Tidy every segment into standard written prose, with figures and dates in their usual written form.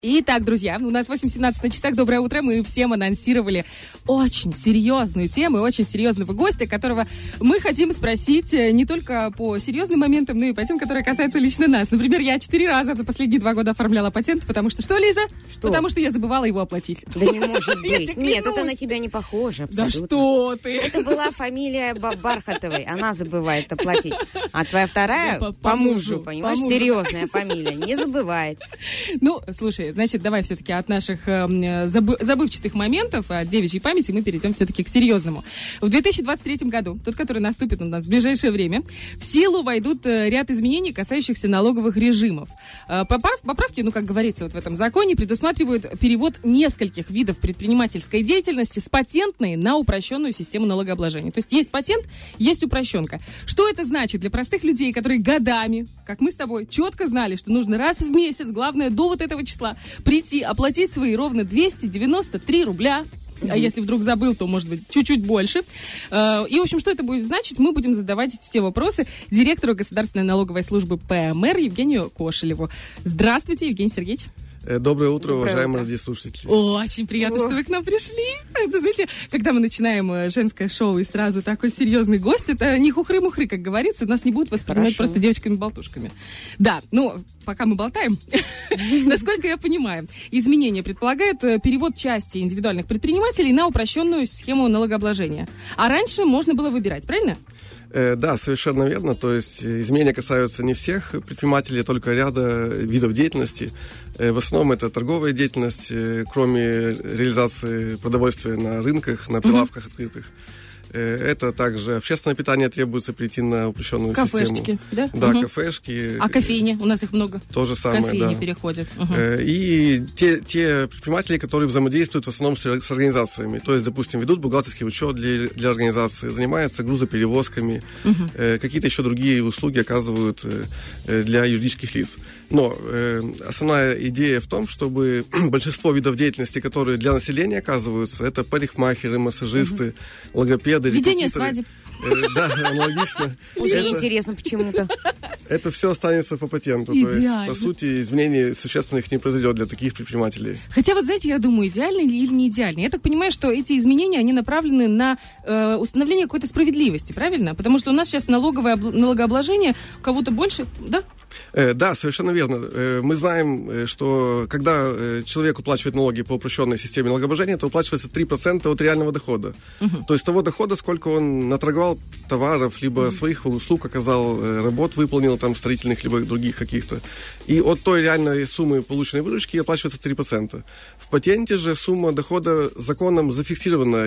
Итак, друзья, у нас 8:17 на часах. Доброе утро. Мы всем анонсировали очень серьезную тему и очень серьезного гостя, которого мы хотим спросить не только по серьезным моментам, но и по тем, которые касаются лично нас. Например, я 4 раза за последние 2 года оформляла патент, потому что... Что, Лиза? Что? Потому что я забывала его оплатить. Да не может быть. Нет, это на тебя не похоже абсолютно. Да что ты? Это была фамилия Бархатовой. Она забывает оплатить. А твоя вторая по мужу, понимаешь, серьезная фамилия. Не забывает. Ну, слушай, значит, давай все-таки от наших забывчатых моментов, от девичьей памяти, мы перейдем все-таки к серьезному. В 2023 году, тот, который наступит у нас в ближайшее время, в силу войдут ряд изменений, касающихся налоговых режимов. Поправки, ну, как говорится, вот в этом законе предусматривают перевод нескольких видов предпринимательской деятельности с патентной на упрощенную систему налогообложения. То есть есть патент, есть упрощенка. Что это значит для простых людей, которые годами, как мы с тобой, четко знали, что нужно раз в месяц, главное, до вот этого числа, прийти, оплатить свои ровно 293 рубля. А если вдруг забыл, то, может быть, чуть-чуть больше. И, в общем, что это будет значить? Мы будем задавать все вопросы директору Государственной налоговой службы ПМР Евгению Кошелеву. Здравствуйте, Евгений Сергеевич. Доброе утро, уважаемые радиослушатели. Очень приятно, что вы к нам пришли. Это, знаете, когда мы начинаем женское шоу и сразу такой серьезный гость, это не хухры-мухры, как говорится, нас не будут воспринимать просто девочками-болтушками. Да, ну, пока мы болтаем, насколько я понимаю, изменения предполагают перевод части индивидуальных предпринимателей на упрощенную схему налогообложения. А раньше можно было выбирать, правильно? Да, совершенно верно. То есть изменения касаются не всех предпринимателей, только ряда видов деятельности. В основном это торговая деятельность, кроме реализации продовольствия на рынках, на прилавках открытых. Это также общественное питание, требуется перейти на упрощенную кафешечки, систему. Да? Да, кафешки. А кофейни? У нас их много. То же самое, кофейни переходят. И те предприниматели, которые взаимодействуют в основном с организациями. То есть, допустим, ведут бухгалтерский учет для организации, занимаются грузоперевозками, какие-то еще другие услуги оказывают для юридических лиц. Но основная идея в том, чтобы большинство видов деятельности, которые для населения оказываются, это парикмахеры, массажисты, логопеды, ведение свадеб. Да, аналогично. Уже интересно почему-то. Это все останется по патенту. Идеально. То есть, по сути, изменений существенных не произойдет для таких предпринимателей. Хотя вот, знаете, я думаю, идеально или не идеально. Я так понимаю, что эти изменения, они направлены на установление какой-то справедливости, правильно? Потому что у нас сейчас налогообложение у кого-то больше, да? Да, совершенно верно. Мы знаем, что когда человек уплачивает налоги по упрощенной системе налогообложения, то уплачивается 3% от реального дохода. То есть того дохода, сколько он наторговал товаров, либо своих услуг оказал, работ выполнил, там, строительных, либо других каких-то. И от той реальной суммы полученной выручки оплачивается 3%. В патенте же сумма дохода законом зафиксирована,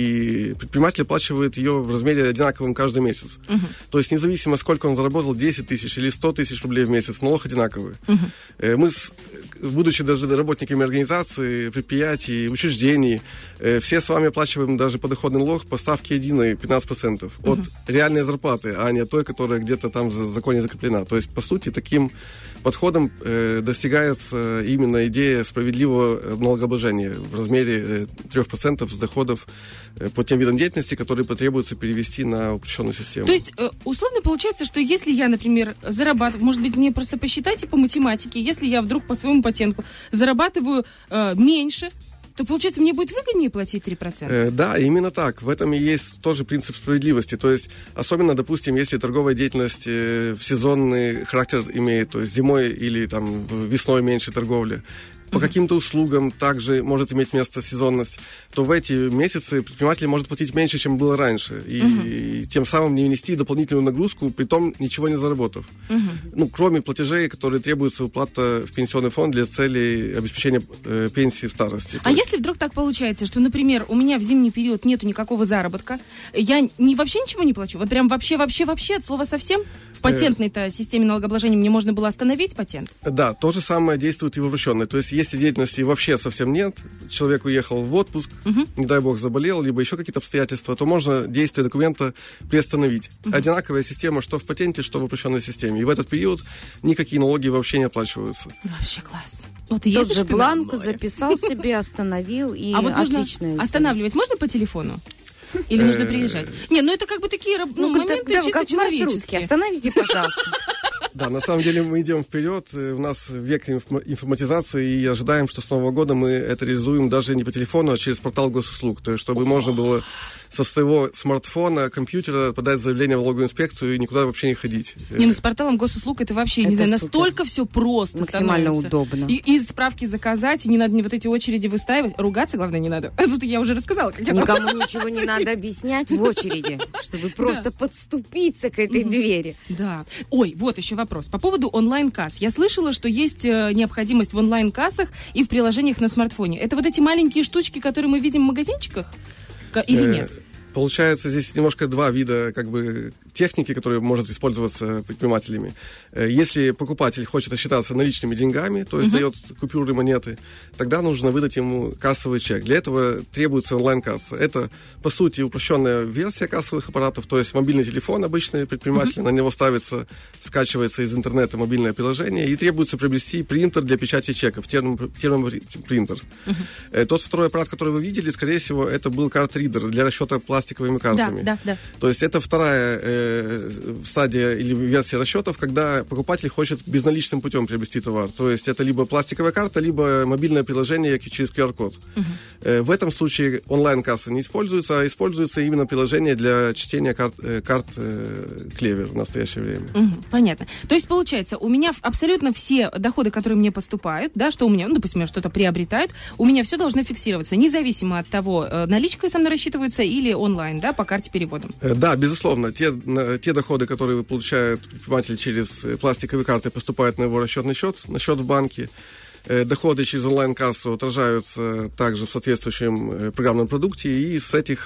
и предприниматель оплачивает ее в размере одинаковом каждый месяц. То есть независимо, сколько он заработал, 10 тысяч или 100 тысяч рублей в месяц, налог одинаковый. Мы, будучи даже работниками организаций, предприятий, учреждений, все с вами оплачиваем даже подоходный налог по ставке единой 15% от реальной зарплаты, а не от той, которая где-то там в законе закреплена. То есть, по сути, таким подходом достигается именно идея справедливого налогообложения в размере 3% с доходов по тем видам деятельности, которые потребуется перевести на упрощенную систему. То есть, условно получается, что если я, например, зарабатываю, может быть, мне просто посчитайте по математике, если я вдруг по своему патенту зарабатываю меньше, то, получается, мне будет выгоднее платить 3%? Да, именно так. В этом и есть тоже принцип справедливости. То есть, особенно, допустим, если торговая деятельность сезонный характер имеет, то есть зимой или там весной меньше торговли, по каким-то услугам также может иметь место сезонность, то в эти месяцы предприниматель может платить меньше, чем было раньше, и тем самым не внести дополнительную нагрузку, притом ничего не заработав. Ну, кроме платежей, которые требуется уплата в пенсионный фонд для целей обеспечения пенсии в старости. А если вдруг так получается, что, например, у меня в зимний период нету никакого заработка, я вообще ничего не плачу? Вот прям вообще от слова совсем? В патентной-то системе налогообложения мне можно было остановить патент? Да, то же самое действует и в упрощенной. То есть, если деятельности вообще совсем нет, человек уехал в отпуск, не дай бог заболел, либо еще какие-то обстоятельства, то можно действие документа приостановить. Одинаковая система, что в патенте, что в упрощенной системе. И в этот период никакие налоги вообще не оплачиваются. Вообще класс. Вот тот же бланк записал себе, остановил, и отлично. Останавливать можно по телефону? Или нужно приезжать? Не, ну это как бы такие моменты чисто человеческие. Остановите, пожалуйста. Да, на самом деле мы идем вперед. У нас век информатизации, и ожидаем, что с Нового года мы это реализуем даже не по телефону, а через портал госуслуг. То есть, чтобы можно было со своего смартфона, компьютера подать заявление в налоговую инспекцию и никуда вообще не ходить. С порталом госуслуг это вообще, не знаю, настолько все просто максимально становится. Удобно. И справки заказать, и не надо вот эти очереди выстаивать. Ругаться, главное, не надо. Тут я уже рассказала, как я никому ничего не надо объяснять в очереди, чтобы просто подступиться к этой двери. Да. Ой, вот еще вопрос. По поводу онлайн-касс. Я слышала, что есть необходимость в онлайн-кассах и в приложениях на смартфоне. Это вот эти маленькие штучки, которые мы видим в магазинчиках? Или нет? Получается, здесь немножко два вида техники, которые может использоваться предпринимателями. Если покупатель хочет рассчитаться наличными деньгами, то есть дает купюры, монеты, тогда нужно выдать ему кассовый чек. Для этого требуется онлайн-касса. Это, по сути, упрощенная версия кассовых аппаратов, то есть мобильный телефон обычный предприниматель, на него ставится, скачивается из интернета мобильное приложение, и требуется приобрести принтер для печати чеков, термопринтер. Тот второй аппарат, который вы видели, скорее всего, это был карт-ридер для расчета пластиковыми картами. Да. То есть это вторая стадия или версия расчетов, когда покупатель хочет безналичным путем приобрести товар. То есть это либо пластиковая карта, либо мобильное приложение через QR-код. В этом случае онлайн-касса не используется, а используется именно приложение для чтения карт Клевер в настоящее время. Понятно. То есть, получается, у меня абсолютно все доходы, которые мне поступают, да, что у меня, допустим, я что-то приобретают, у меня все должно фиксироваться, независимо от того, наличкой со мной рассчитывается или онлайн, да, по карте переводом. Да, безусловно. Те доходы, которые получает предприниматель через пластиковые карты, поступают на его расчетный счет, на счет в банке. Доходы через онлайн-кассу отражаются также в соответствующем программном продукте, и с этих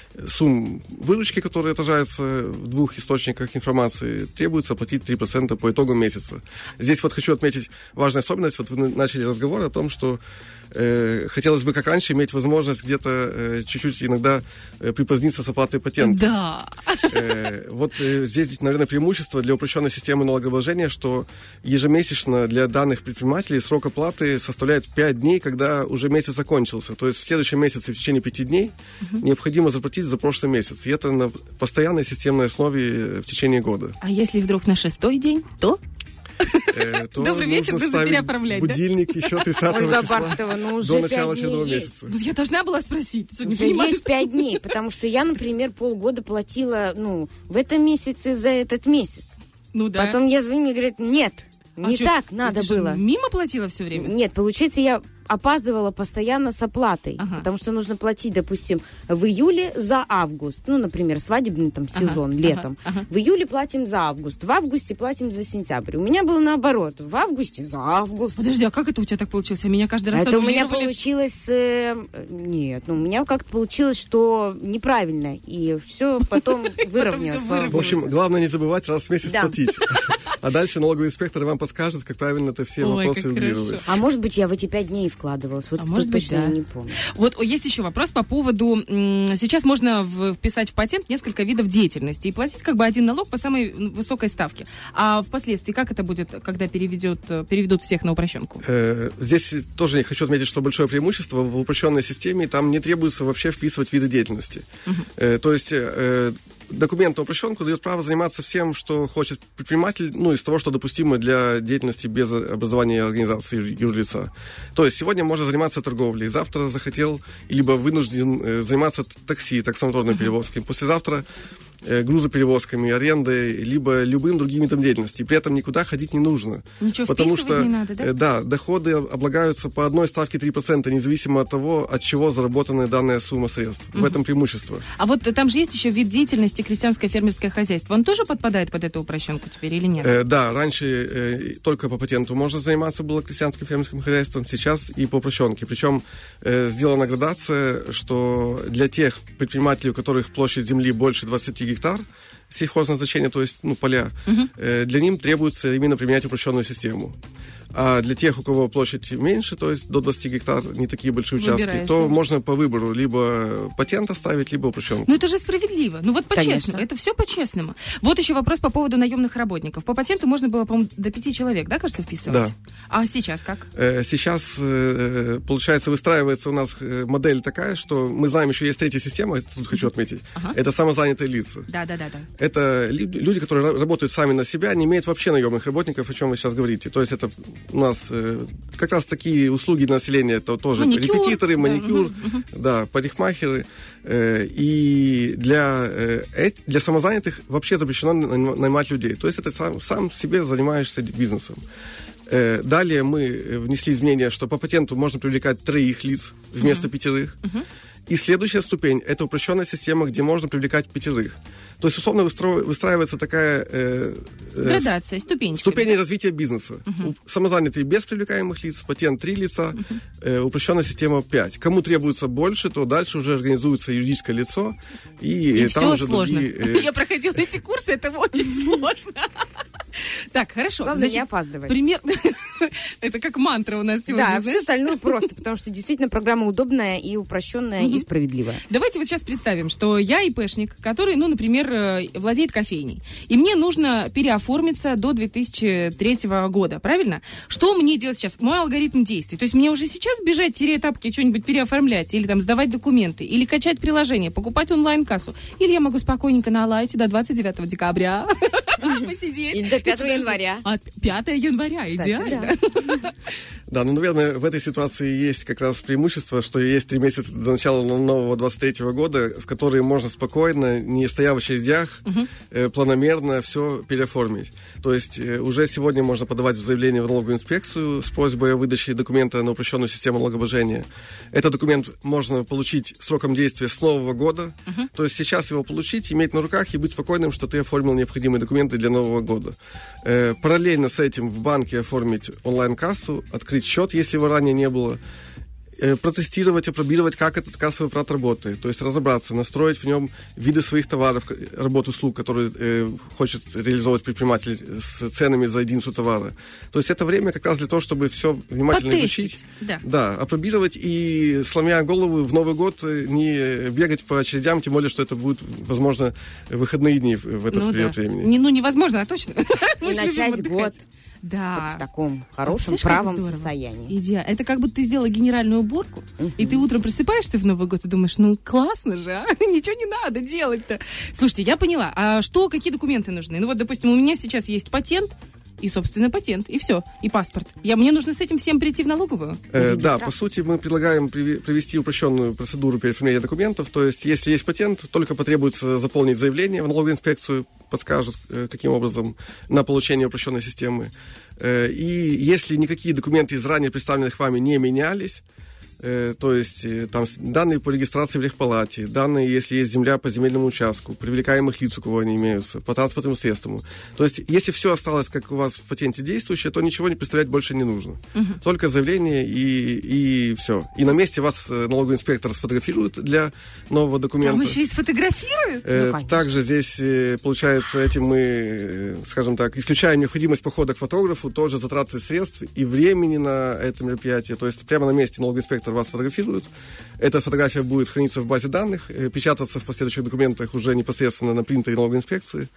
сумм выручки, которые отражаются в двух источниках информации, требуется оплатить 3% по итогам месяца. Здесь вот хочу отметить важную особенность. Вот вы начали разговор о том, что хотелось бы, как раньше, иметь возможность где-то чуть-чуть иногда припоздниться с оплатой патента. Да. Вот здесь, наверное, преимущество для упрощенной системы налогообложения, что ежемесячно для данных предпринимателей срок оплаты составляет 5 дней, когда уже месяц закончился. То есть в следующем месяце, в течение 5 дней, необходимо заплатить за прошлый месяц. И это на постоянной системной основе в течение года. А если вдруг на 6-й день, то... Добрый вечер, нужно переоформлять, будильник еще 30 числа до начала очередного месяца. Я должна была спросить. Уже есть 5 дней, потому что я, например, полгода платила, в этом месяце за этот месяц. Потом я звоню, мне говорят, нет, не так надо было. Мимо платила все время? Нет, получается, я опаздывала постоянно с оплатой, потому что нужно платить, допустим, в июле за август, например, свадебный сезон, летом. В июле платим за август, в августе платим за сентябрь. У меня было наоборот, в августе за август. Подожди, а как это у тебя так получилось? А меня каждый раз это у меня получилось... Нет, у меня как-то получилось, что неправильно, и все потом выровнялось. В общем, главное не забывать раз в месяц платить. А дальше налоговый инспектор вам подскажет, как правильно это все вопросы урегулировать. А может быть, я в эти 5 дней вкладывалась. Вот тут точно я не помню. Вот есть еще вопрос по поводу... Сейчас можно вписать в патент несколько видов деятельности и платить один налог по самой высокой ставке. А впоследствии как это будет, когда переведут всех на упрощенку? Здесь тоже хочу отметить, что большое преимущество в упрощенной системе, там не требуется вообще вписывать виды деятельности. То есть... Документ на упрощенку дает право заниматься всем, что хочет предприниматель, из того, что допустимо для деятельности без образования организации юрлица. То есть сегодня можно заниматься торговлей, завтра захотел, либо вынужден заниматься таксомоторными перевозками, послезавтра грузоперевозками, арендой, либо любым другим видом деятельности. И при этом никуда ходить не нужно. Ничего потому что не надо, да? Да, доходы облагаются по одной ставке 3%, независимо от того, от чего заработана данная сумма средств. В этом преимущество. А вот там же есть еще вид деятельности крестьянское фермерское хозяйство. Он тоже подпадает под эту упрощенку теперь или нет? Да, раньше только по патенту можно заниматься было крестьянским фермерским хозяйством, сейчас и по упрощенке. Причем сделана градация, что для тех предпринимателей, у которых площадь земли больше 20 гектар сельхозназначения, то есть поля, для них требуется именно применять упрощенную систему. А для тех, у кого площадь меньше, то есть до 20 гектар, не такие большие участки, то можно по выбору либо патент оставить, либо упрощенку. Ну это же справедливо. Ну вот по-честному. Это все по-честному. Вот еще вопрос по поводу наемных работников. По патенту можно было, по-моему, до 5 человек, да, кажется, вписывать? Да. А сейчас как? Сейчас, получается, выстраивается у нас модель такая, что мы знаем, еще есть третья система, тут хочу отметить. Это самозанятые лица. Да. Это люди, которые работают сами на себя, не имеют вообще наемных работников, о чем вы сейчас говорите. То есть это у нас как раз такие услуги для населения, это тоже репетиторы, маникюр, парикмахеры. И для самозанятых вообще запрещено нанимать людей. То есть это сам себе занимаешься бизнесом. Далее мы внесли изменения, что по патенту можно привлекать 3 лиц вместо 5. И следующая ступень – это упрощенная система, где можно привлекать 5. То есть, условно, выстраивается такая... градация, ступенечка. Ступени развития бизнеса. Самозанятые без привлекаемых лиц, патент 3 лица, упрощенная система 5. Кому требуется больше, то дальше уже организуется юридическое лицо. И там все уже сложно. другие... Я проходила эти курсы, это очень сложно. Так, хорошо. Главное, не опаздывать. Пример... Это как мантра у нас сегодня, Да, все остальное просто, потому что действительно программа удобная и упрощенная, и справедливая. Давайте вот сейчас представим, что я ИПшник, который, например, владеет кофейней, и мне нужно переоформиться до 2003 года, правильно? Что мне делать сейчас? Мой алгоритм действий. То есть мне уже сейчас бежать, тереть тапки, что-нибудь переоформлять, или там сдавать документы, или качать приложение, покупать онлайн-кассу, или я могу спокойненько на лайте до 29 декабря посидеть. Или до 5 января. 5 января, идеально. Да, наверное, в этой ситуации есть как раз преимущество, что есть 3 месяца до начала нового 23-го года, в которые можно спокойно, не стоя в очередях, планомерно все переоформить. То есть уже сегодня можно подавать заявление в налоговую инспекцию с просьбой о выдаче документа на упрощенную систему налогообложения. Этот документ можно получить сроком действия с нового года. То есть сейчас его получить, иметь на руках и быть спокойным, что ты оформил необходимые документы для нового года. Параллельно с этим в банке оформить онлайн-кассу, открыть счет, если его ранее не было, протестировать, опробировать, как этот кассовый аппарат работает. То есть разобраться, настроить в нем виды своих товаров, работу услуг, которые хочет реализовывать предприниматель с ценами за единицу товара. То есть это время как раз для того, чтобы все внимательно изучить. Да, опробировать и, сломя голову, в Новый год не бегать по очередям, тем более, что это будут, возможно, выходные дни в этот период времени. Невозможно, а точно. И начать год. Да. В таком хорошем, правом состоянии. Идеально. Это как будто ты сделала генеральную уборку, и ты утром просыпаешься в Новый год и думаешь, классно же, ничего не надо делать-то. Слушайте, я поняла. А какие документы нужны? Вот, допустим, у меня сейчас есть патент, и, собственно, патент, и все, и паспорт. Мне нужно с этим всем прийти в налоговую? Да, по сути, мы предлагаем провести упрощенную процедуру переоформления документов. То есть, если есть патент, только потребуется заполнить заявление в налоговую инспекцию, подскажут, каким образом, на получение упрощенной системы. И если никакие документы из ранее представленных вами не менялись, то есть там данные по регистрации в регпалате, данные, если есть земля по земельному участку, привлекаемых лиц, у кого они имеются, по транспортным средствам. То есть, если все осталось, как у вас в патенте действующее, то ничего не представлять больше не нужно. Только заявление и все. И на месте вас налоговый инспектор сфотографирует для нового документа. Там еще и сфотографируют? Также здесь, получается, этим мы, скажем так, исключаем необходимость похода к фотографу, тоже затраты средств и времени на это мероприятие. То есть, прямо на месте налоговый инспектор вас фотографирует. Эта фотография будет храниться в базе данных, печататься в последующих документах уже непосредственно на принтере налоговой инспекции.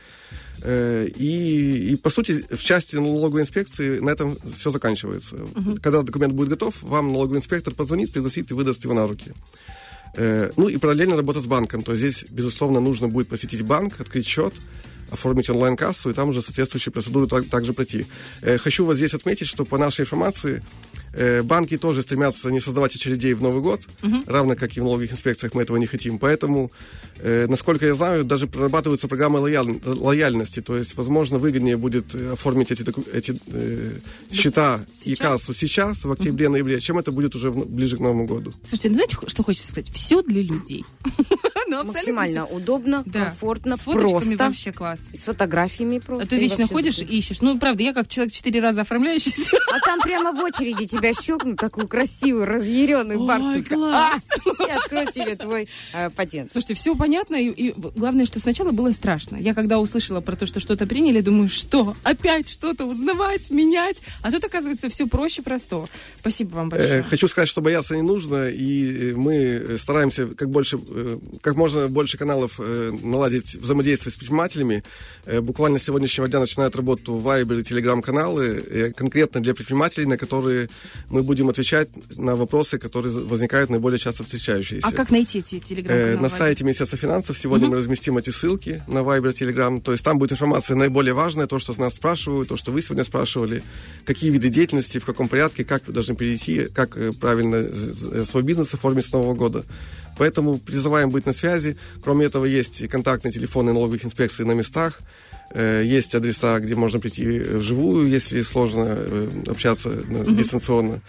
И, по сути, в части налоговой инспекции на этом все заканчивается. Когда документ будет готов, вам налоговый инспектор позвонит, пригласит и выдаст его на руки. И параллельно работа с банком. То есть здесь, безусловно, нужно будет посетить банк, открыть счет, оформить онлайн-кассу и там уже соответствующие процедуры также пройти. Хочу вас здесь отметить, что по нашей информации банки тоже стремятся не создавать очередей в Новый год, равно как и в налоговых инспекциях мы этого не хотим. Поэтому, насколько я знаю, даже прорабатываются программы лояльности. То есть, возможно, выгоднее будет оформить эти счета и кассу сейчас, в октябре-ноябре, чем это будет уже ближе к Новому году. Слушайте, знаете, что хочется сказать? Все для людей. но абсолютно максимально удобно, комфортно, с фоточками просто. Вообще класс. С фотографиями просто. А то вечно ходишь и ищешь. Ну, правда, я как человек 4 раза оформляющийся. А там прямо в очереди тебя щелкнут, такую красивую, разъяренный бар. Ой, класс! И откроют тебе твой патент. Слушайте, все понятно, и главное, что сначала было страшно. Я когда услышала про то, что что-то приняли, думаю, что? Опять что-то узнавать, менять? А тут, оказывается, все проще простого. Спасибо вам большое. Хочу сказать, что бояться не нужно, и мы стараемся как можно больше каналов наладить взаимодействие с предпринимателями. Буквально с сегодняшнего дня начинают работу Viber и Telegram-каналы конкретно для предпринимателей, на которые мы будем отвечать на вопросы, которые возникают наиболее часто встречающиеся. А как найти эти Telegram-каналы? На сайте Министерства финансов сегодня мы разместим эти ссылки на Viber, Telegram. То есть там будет информация наиболее важная, то, что с нас спрашивают, то, что вы сегодня спрашивали, какие виды деятельности, в каком порядке, как вы должны перейти, как правильно свой бизнес оформить с Нового года. Поэтому призываем быть на связи. Кроме этого, есть контактные телефоны налоговых инспекций на местах. Есть адреса, где можно прийти вживую, если сложно общаться дистанционно.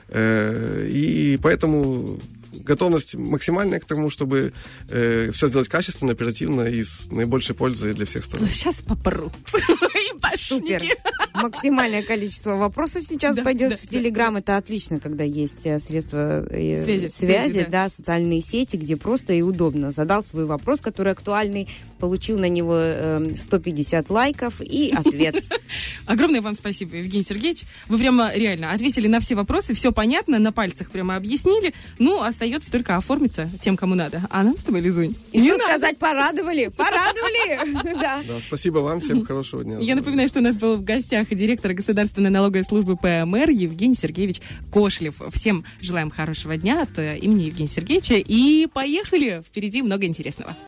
И поэтому готовность максимальная к тому, чтобы все сделать качественно, оперативно и с наибольшей пользой для всех сторон. Сейчас попру. Супер. Максимальное количество вопросов сейчас пойдет в Телеграм. Это отлично, когда есть средства связи, социальные сети, где просто и удобно. Задал свой вопрос, который актуальный, получил на него 150 лайков и ответ. Огромное вам спасибо, Евгений Сергеевич. Вы прямо реально ответили на все вопросы, все понятно, на пальцах прямо объяснили. Ну, остается только оформиться тем, кому надо. А нам с тобой, Лизунь, и что сказать, порадовали? Порадовали! Да, спасибо вам, всем хорошего дня. Я напоминаю, что у нас был в гостях директор Государственной налоговой службы ПМР Евгений Сергеевич Кошлев. Всем желаем хорошего дня от имени Евгения Сергеевича. И поехали! Впереди много интересного.